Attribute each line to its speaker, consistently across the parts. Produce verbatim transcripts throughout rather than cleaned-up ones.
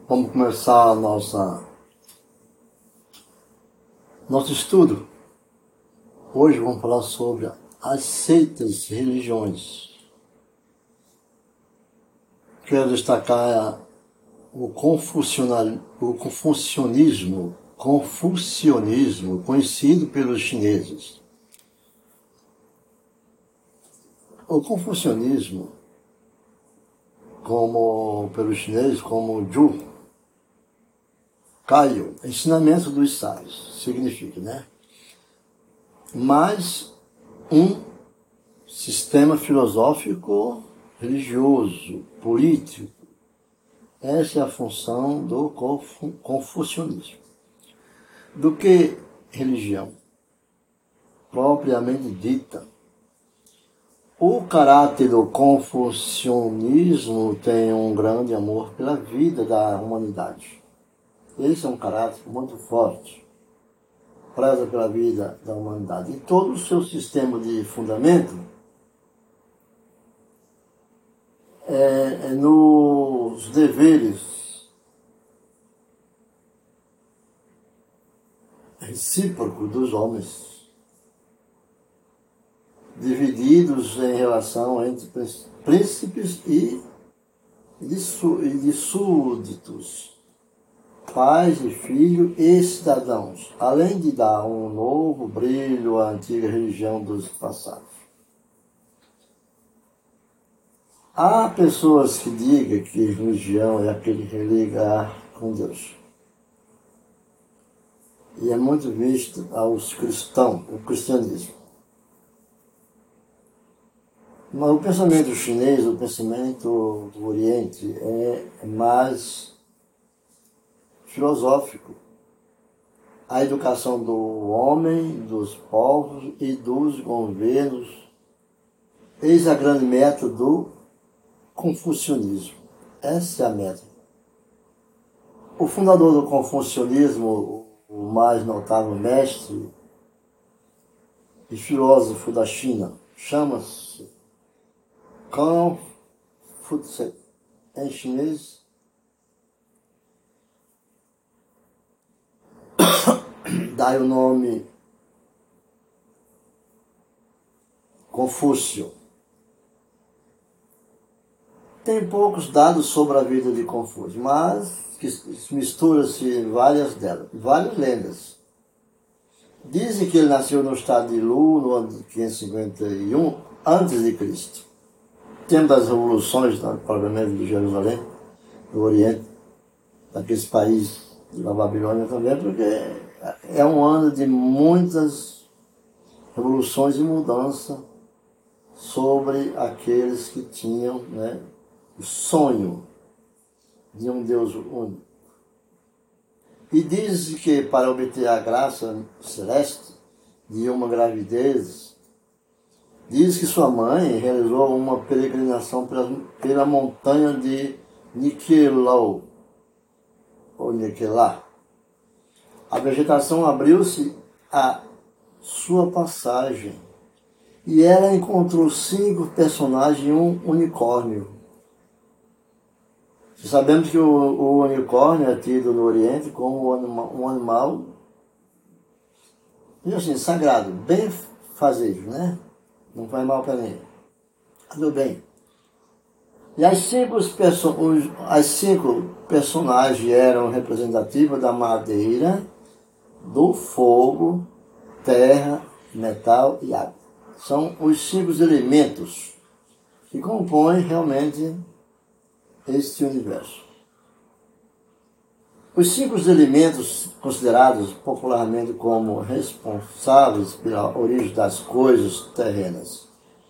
Speaker 1: Vamos começar a nossa, nosso estudo. Hoje vamos falar sobre as seitas, religiões. Quero destacar o, confucional, o confucionismo, confucionismo, conhecido pelos chineses. O confucionismo, como pelos chineses, como Zhu, Caio, ensinamento dos sábios, significa, né? Mais um sistema filosófico, religioso, político. Essa é a função do confucionismo. Do que religião propriamente dita. O caráter do confucionismo tem um grande amor pela vida da humanidade. Esse é um caráter muito forte, preza pela vida da humanidade. E todo o seu sistema de fundamento é, é nos deveres recíprocos dos homens, divididos em relação entre príncipes e de súditos, pais e filhos e cidadãos, além de dar um novo brilho à antiga religião dos passados. Há pessoas que digam que religião é aquele que liga com Deus. E é muito visto aos cristãos, o cristianismo. Mas o pensamento chinês, o pensamento do Oriente é mais filosófico. A educação do homem, dos povos e dos governos. Eis a grande meta do confucionismo. Essa é a meta. O fundador do confucionismo, o mais notável mestre e filósofo da China, chama-se Confucius, em chinês, dá o nome Confúcio. Tem poucos dados sobre a vida de Confúcio, mas mistura-se várias delas, várias lendas. Dizem que ele nasceu no estado de Lu, no ano de quinhentos e cinquenta e um, antes de Cristo. Tempo das revoluções, provavelmente de Jerusalém, do Oriente, daqueles países da Babilônia também, porque é um ano de muitas revoluções e mudanças sobre aqueles que tinham, né, o sonho de um Deus único. E diz que para obter a graça celeste de uma gravidez, diz que sua mãe realizou uma peregrinação pela, pela montanha de Niquelau, ou Niquelá. A vegetação abriu-se à sua passagem e ela encontrou cinco personagens e um unicórnio. Sabemos que o, o unicórnio é tido no Oriente como um animal, um animal assim, sagrado, bem fazejo, né? Não faz mal para ninguém. Tudo bem. E as cinco, perso as cinco personagens eram representativas da madeira, do fogo, terra, metal e água. São os cinco elementos que compõem realmente este universo. Os cinco elementos considerados popularmente como responsáveis pela origem das coisas terrenas.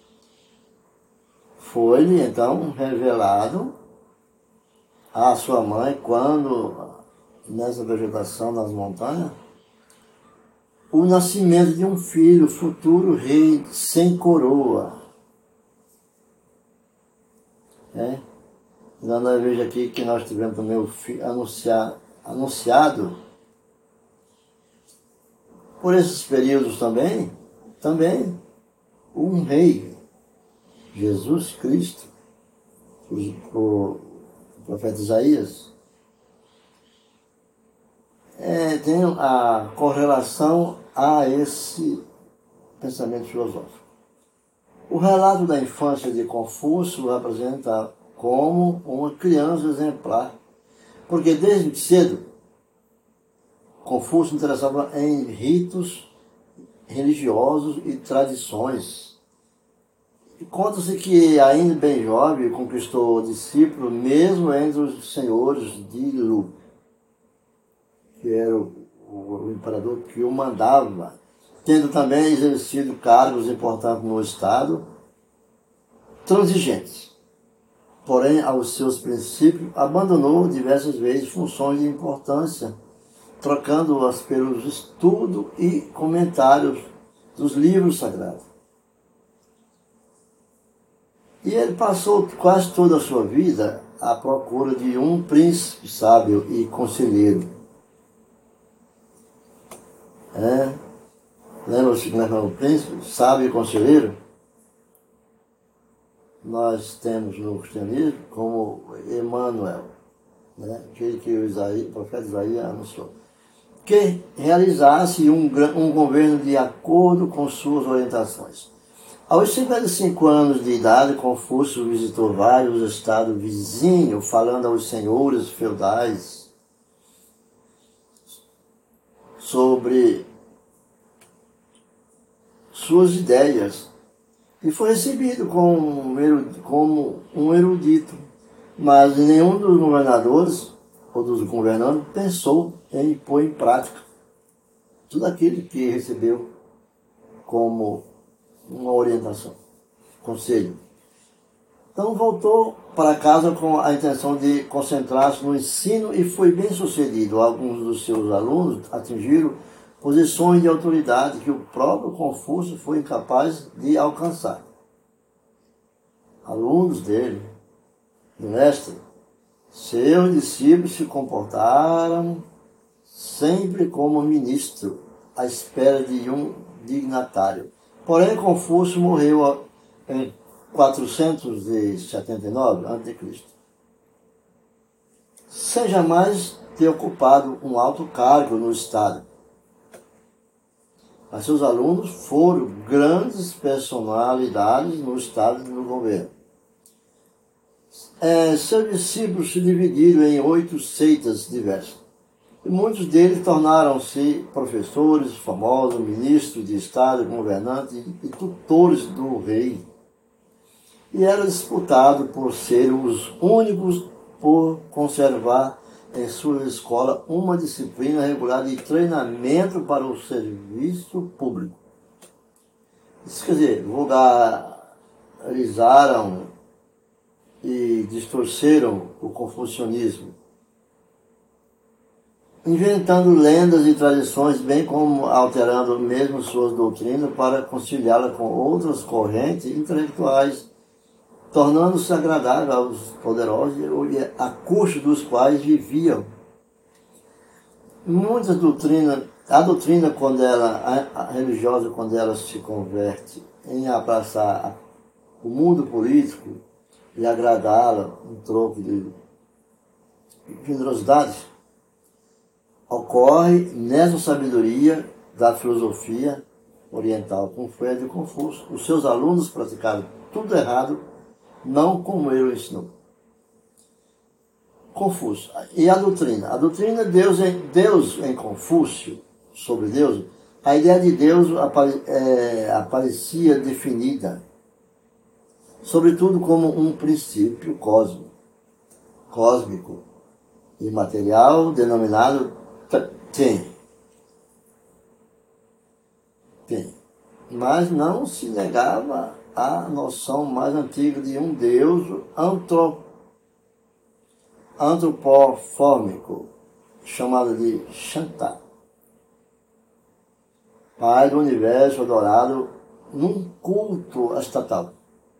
Speaker 1: Foi-lhe então revelado à sua mãe quando, nessa vegetação nas montanhas, o nascimento de um filho, futuro rei sem coroa. É? Então nós vemos aqui que nós tivemos também o filho anunciar, anunciado por esses períodos também, também um rei, Jesus Cristo, o, o profeta Isaías, também tem a correlação a esse pensamento filosófico. O relato da infância de Confúcio apresenta como uma criança exemplar, porque desde cedo Confúcio interessava em ritos religiosos e tradições. E conta-se que, ainda bem jovem, conquistou discípulos mesmo entre os senhores de Lu, que era o, o, o imperador que o mandava, tendo também exercido cargos importantes no Estado, transigentes. Porém, aos seus princípios, abandonou diversas vezes funções de importância, trocando-as pelos estudos e comentários dos livros sagrados. E ele passou quase toda a sua vida à procura de um príncipe sábio e conselheiro. É? Lembra-se como é que é o príncipe? Sábio e conselheiro? Nós temos no cristianismo como Emmanuel, né? Aquele que o, Isaías, o profeta Isaías anunciou, que realizasse um, um governo de acordo com suas orientações. Aos cinquenta e cinco anos de idade, Confúcio visitou vários estados vizinhos, falando aos senhores feudais sobre suas ideias, e foi recebido como um erudito, mas nenhum dos governadores ou dos governantes pensou em pôr em prática tudo aquilo que recebeu como uma orientação, conselho. Então voltou para casa com a intenção de concentrar-se no ensino e foi bem sucedido. Alguns dos seus alunos atingiram posições de autoridade que o próprio Confúcio foi incapaz de alcançar. Alunos dele, do mestre, seus discípulos se comportaram sempre como ministro, à espera de um dignatário. Porém, Confúcio morreu em quatrocentos e setenta e nove antes de Cristo, sem jamais ter ocupado um alto cargo no Estado. Mas seus alunos foram grandes personalidades no Estado e no governo. É, seus discípulos se dividiram em oito seitas diversas. E muitos deles tornaram-se professores famosos, ministros de Estado, governantes e tutores do rei. E era disputado por serem os únicos por conservar em sua escola uma disciplina regular de treinamento para o serviço público. Isso quer dizer, vulgarizaram e distorceram o confucionismo, inventando lendas e tradições, bem como alterando mesmo suas doutrinas para conciliá-la com outras correntes intelectuais, tornando-se agradável aos poderosos a custo dos quais viviam. Muitas doutrinas, a doutrina quando ela, a religiosa quando ela se converte em abraçar o mundo político e agradá-la em troco de generosidade, ocorre nessa sabedoria da filosofia oriental, como foi a de Confúcio. Os seus alunos praticaram tudo errado, não como ele ensinou. Confúcio. E a doutrina? A doutrina de Deus em, Deus em Confúcio, sobre Deus, a ideia de Deus apare, é, aparecia definida, sobretudo como um princípio cósmico, cósmico e material, denominado Tem. Tem. Mas não se negava a noção mais antiga de um Deus antrop, antropofórmico, chamado de Shanta, Pai do Universo adorado num culto estatal,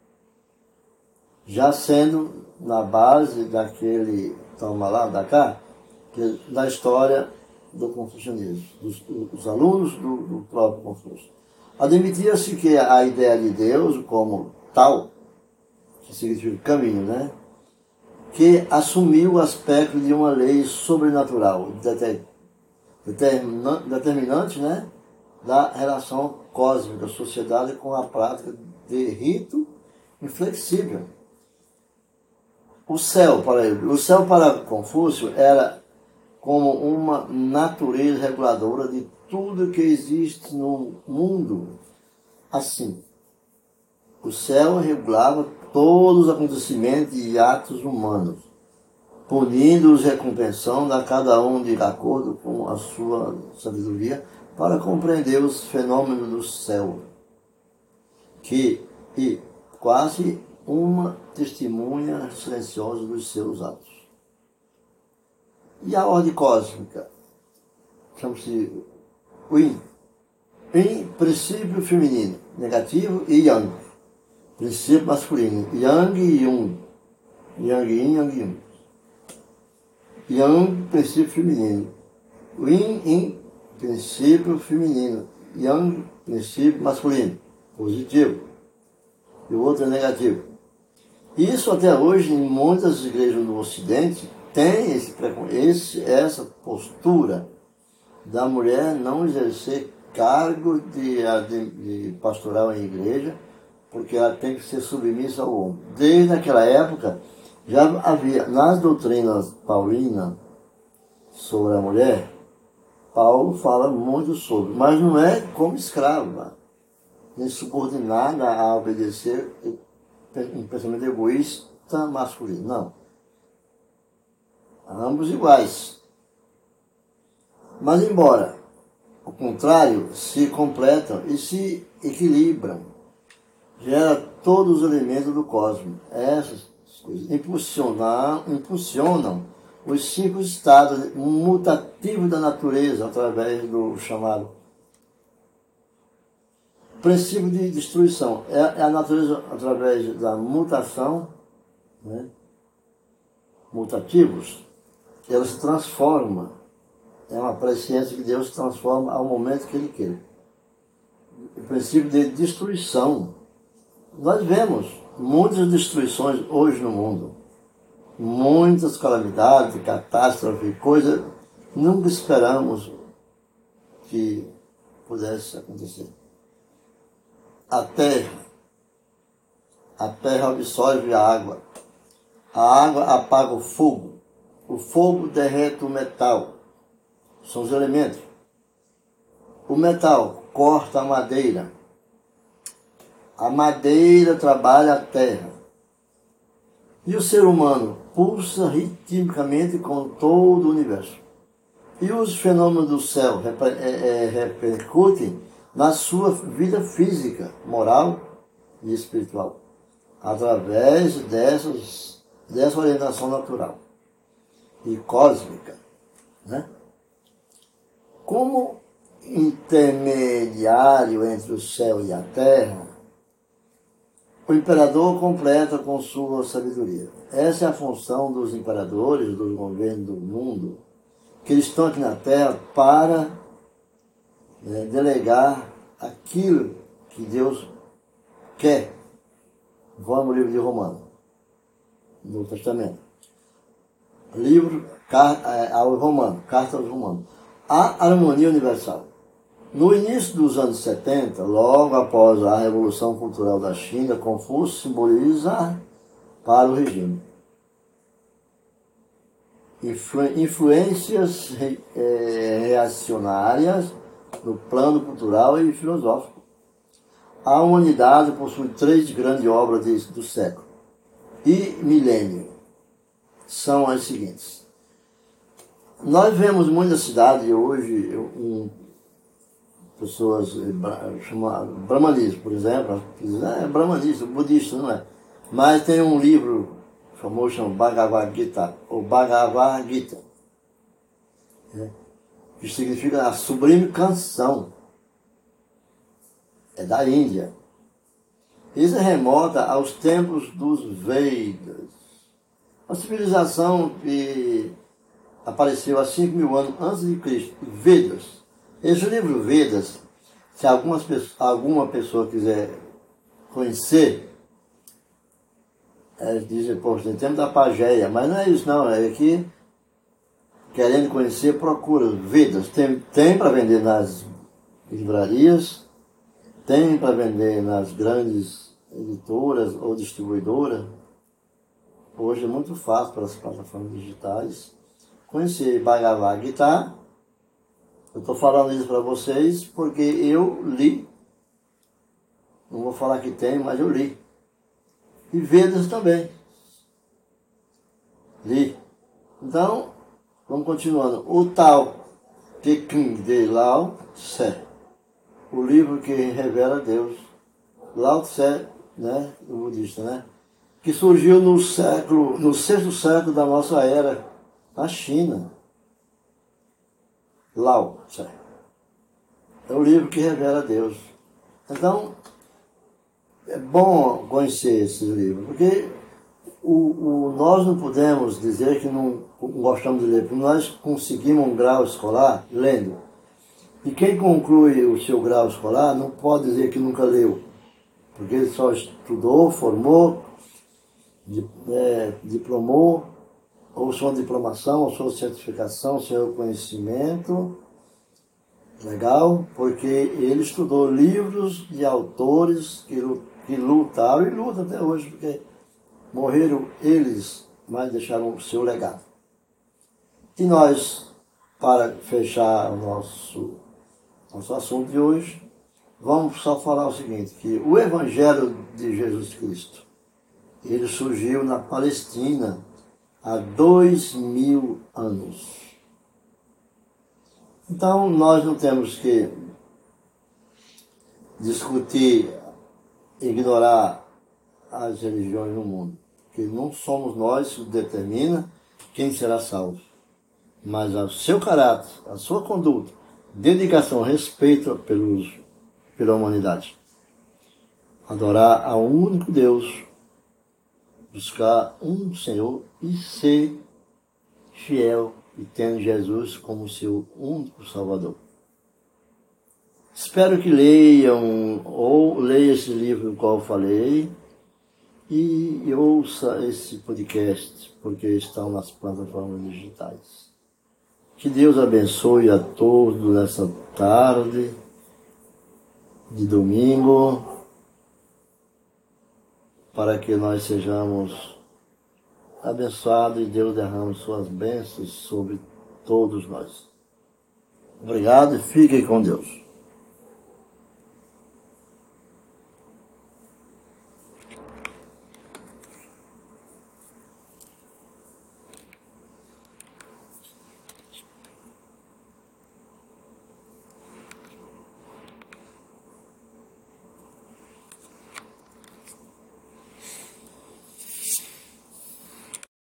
Speaker 1: já sendo na base daquele toma lá, da cá, que, da história do confucionismo, dos, dos alunos do, do próprio Confúcio. Admitia-se que a ideia de Deus como tal, que significa caminho, né? Que assumiu o aspecto de uma lei sobrenatural, determinante, né, da relação cósmica da sociedade com a prática de rito inflexível. O céu para ele, o céu para Confúcio era como uma natureza reguladora de tudo que existe no mundo. Assim, o céu regulava todos os acontecimentos e atos humanos, punindo-os e recompensando a cada um de acordo com a sua sabedoria para compreender os fenômenos do céu, que e quase uma testemunha silenciosa dos seus atos. E a ordem cósmica? Chama-se Yin. Yin, princípio feminino, negativo, e Yang, princípio masculino. Yang e Yun. Yang Yin, Yang Yun. Yang, princípio feminino. Yin, Yin, princípio feminino. Yang, princípio masculino, positivo. E o outro é negativo. Isso até hoje, em muitas igrejas do Ocidente, tem esse, esse, essa postura da mulher não exercer cargo de, de, de pastoral em igreja, porque ela tem que ser submissa ao homem. Desde aquela época, já havia, nas doutrinas paulinas sobre a mulher, Paulo fala muito sobre, mas não é como escrava, nem subordinada a obedecer um pensamento egoísta masculino, não. Ambos iguais. Mas embora o contrário, se completam e se equilibram, gera todos os elementos do cosmos. Essas coisas impulsionam, impulsionam os cinco estados mutativos da natureza através do chamado princípio de destruição. É a natureza através da mutação, né? Mutativos, ela se transforma. É uma presciência que Deus transforma ao momento que Ele quer. O princípio de destruição. Nós vemos muitas destruições hoje no mundo. Muitas calamidades, catástrofes, coisas que nunca esperamos que pudesse acontecer. A terra. A terra absorve a água. A água apaga o fogo. O fogo derrete o metal. São os elementos. O metal corta a madeira. A madeira trabalha a terra. E o ser humano pulsa ritmicamente com todo o universo. E os fenômenos do céu repercutem na sua vida física, moral e espiritual, através dessas, dessa orientação natural e cósmica, né? Como intermediário entre o céu e a terra, o imperador completa com sua sabedoria. Essa é a função dos imperadores, dos governos do mundo, que eles estão aqui na terra para, né, delegar aquilo que Deus quer. Vamos ao livro de Romanos, no Novo Testamento. Livro ao Romano, carta aos Romanos. A harmonia universal. No início dos anos setenta, logo após a Revolução Cultural da China, Confúcio simboliza para o regime Influ influências re é, reacionárias no plano cultural e filosófico. A humanidade possui três grandes obras de, do século e milênio. São as seguintes. Nós vemos muitas cidades hoje, um, pessoas chamam brahmanismo, por exemplo, é brahmanista, budista, não é? Mas tem um livro famoso chamado Bhagavad Gita, ou Bhagavad Gita, né? Que significa a sublime canção. É da Índia. Isso é remota aos tempos dos Vedas. Uma civilização que apareceu há cinco mil anos antes de Cristo. Vedas. Esse livro Vedas, se algumas, alguma pessoa quiser conhecer, é, dizem, poxa, tem tempo da Pageia, mas não é isso não, é que, querendo conhecer, procura Vedas. Tem, tem para vender nas livrarias, tem para vender nas grandes editoras ou distribuidoras. Hoje é muito fácil para as plataformas digitais conhecer Bhagavad Gita. Eu estou falando isso para vocês porque eu li. Não vou falar que tem, mas eu li. E Vedas também. Li. Então, vamos continuando. O Tao Te Ching de Lao Tse. O livro que revela Deus. Lao Tse, né? O budista, né? Que surgiu no século, no sexto século da nossa era, na China. Lao Tse. É o livro que revela Deus. Então, é bom conhecer esse livro, porque o, o, nós não podemos dizer que não gostamos de ler, porque nós conseguimos um grau escolar lendo. E quem conclui o seu grau escolar não pode dizer que nunca leu, porque ele só estudou, formou, é, diplomou, ou sua diplomação, ou sua certificação, seu conhecimento. Legal, porque ele estudou livros de autores que, que lutaram e lutam até hoje, porque morreram eles, mas deixaram o seu legado. E nós, para fechar o nosso, nosso assunto de hoje, vamos só falar o seguinte, que o Evangelho de Jesus Cristo, ele surgiu na Palestina há dois mil anos. Então, nós não temos que discutir, ignorar as religiões no mundo, porque não somos nós que determina quem será salvo, mas o seu caráter, a sua conduta, dedicação, respeito pelos, pela humanidade. Adorar ao único Deus, buscar um Senhor e ser fiel e tendo Jesus como seu único Salvador. Espero que leiam ou leiam esse livro do qual eu falei e, e ouça esse podcast, porque estão nas plataformas digitais. Que Deus abençoe a todos nessa tarde de domingo, para que nós sejamos abençoado e Deus derrame suas bênçãos sobre todos nós. Obrigado e fiquem com Deus.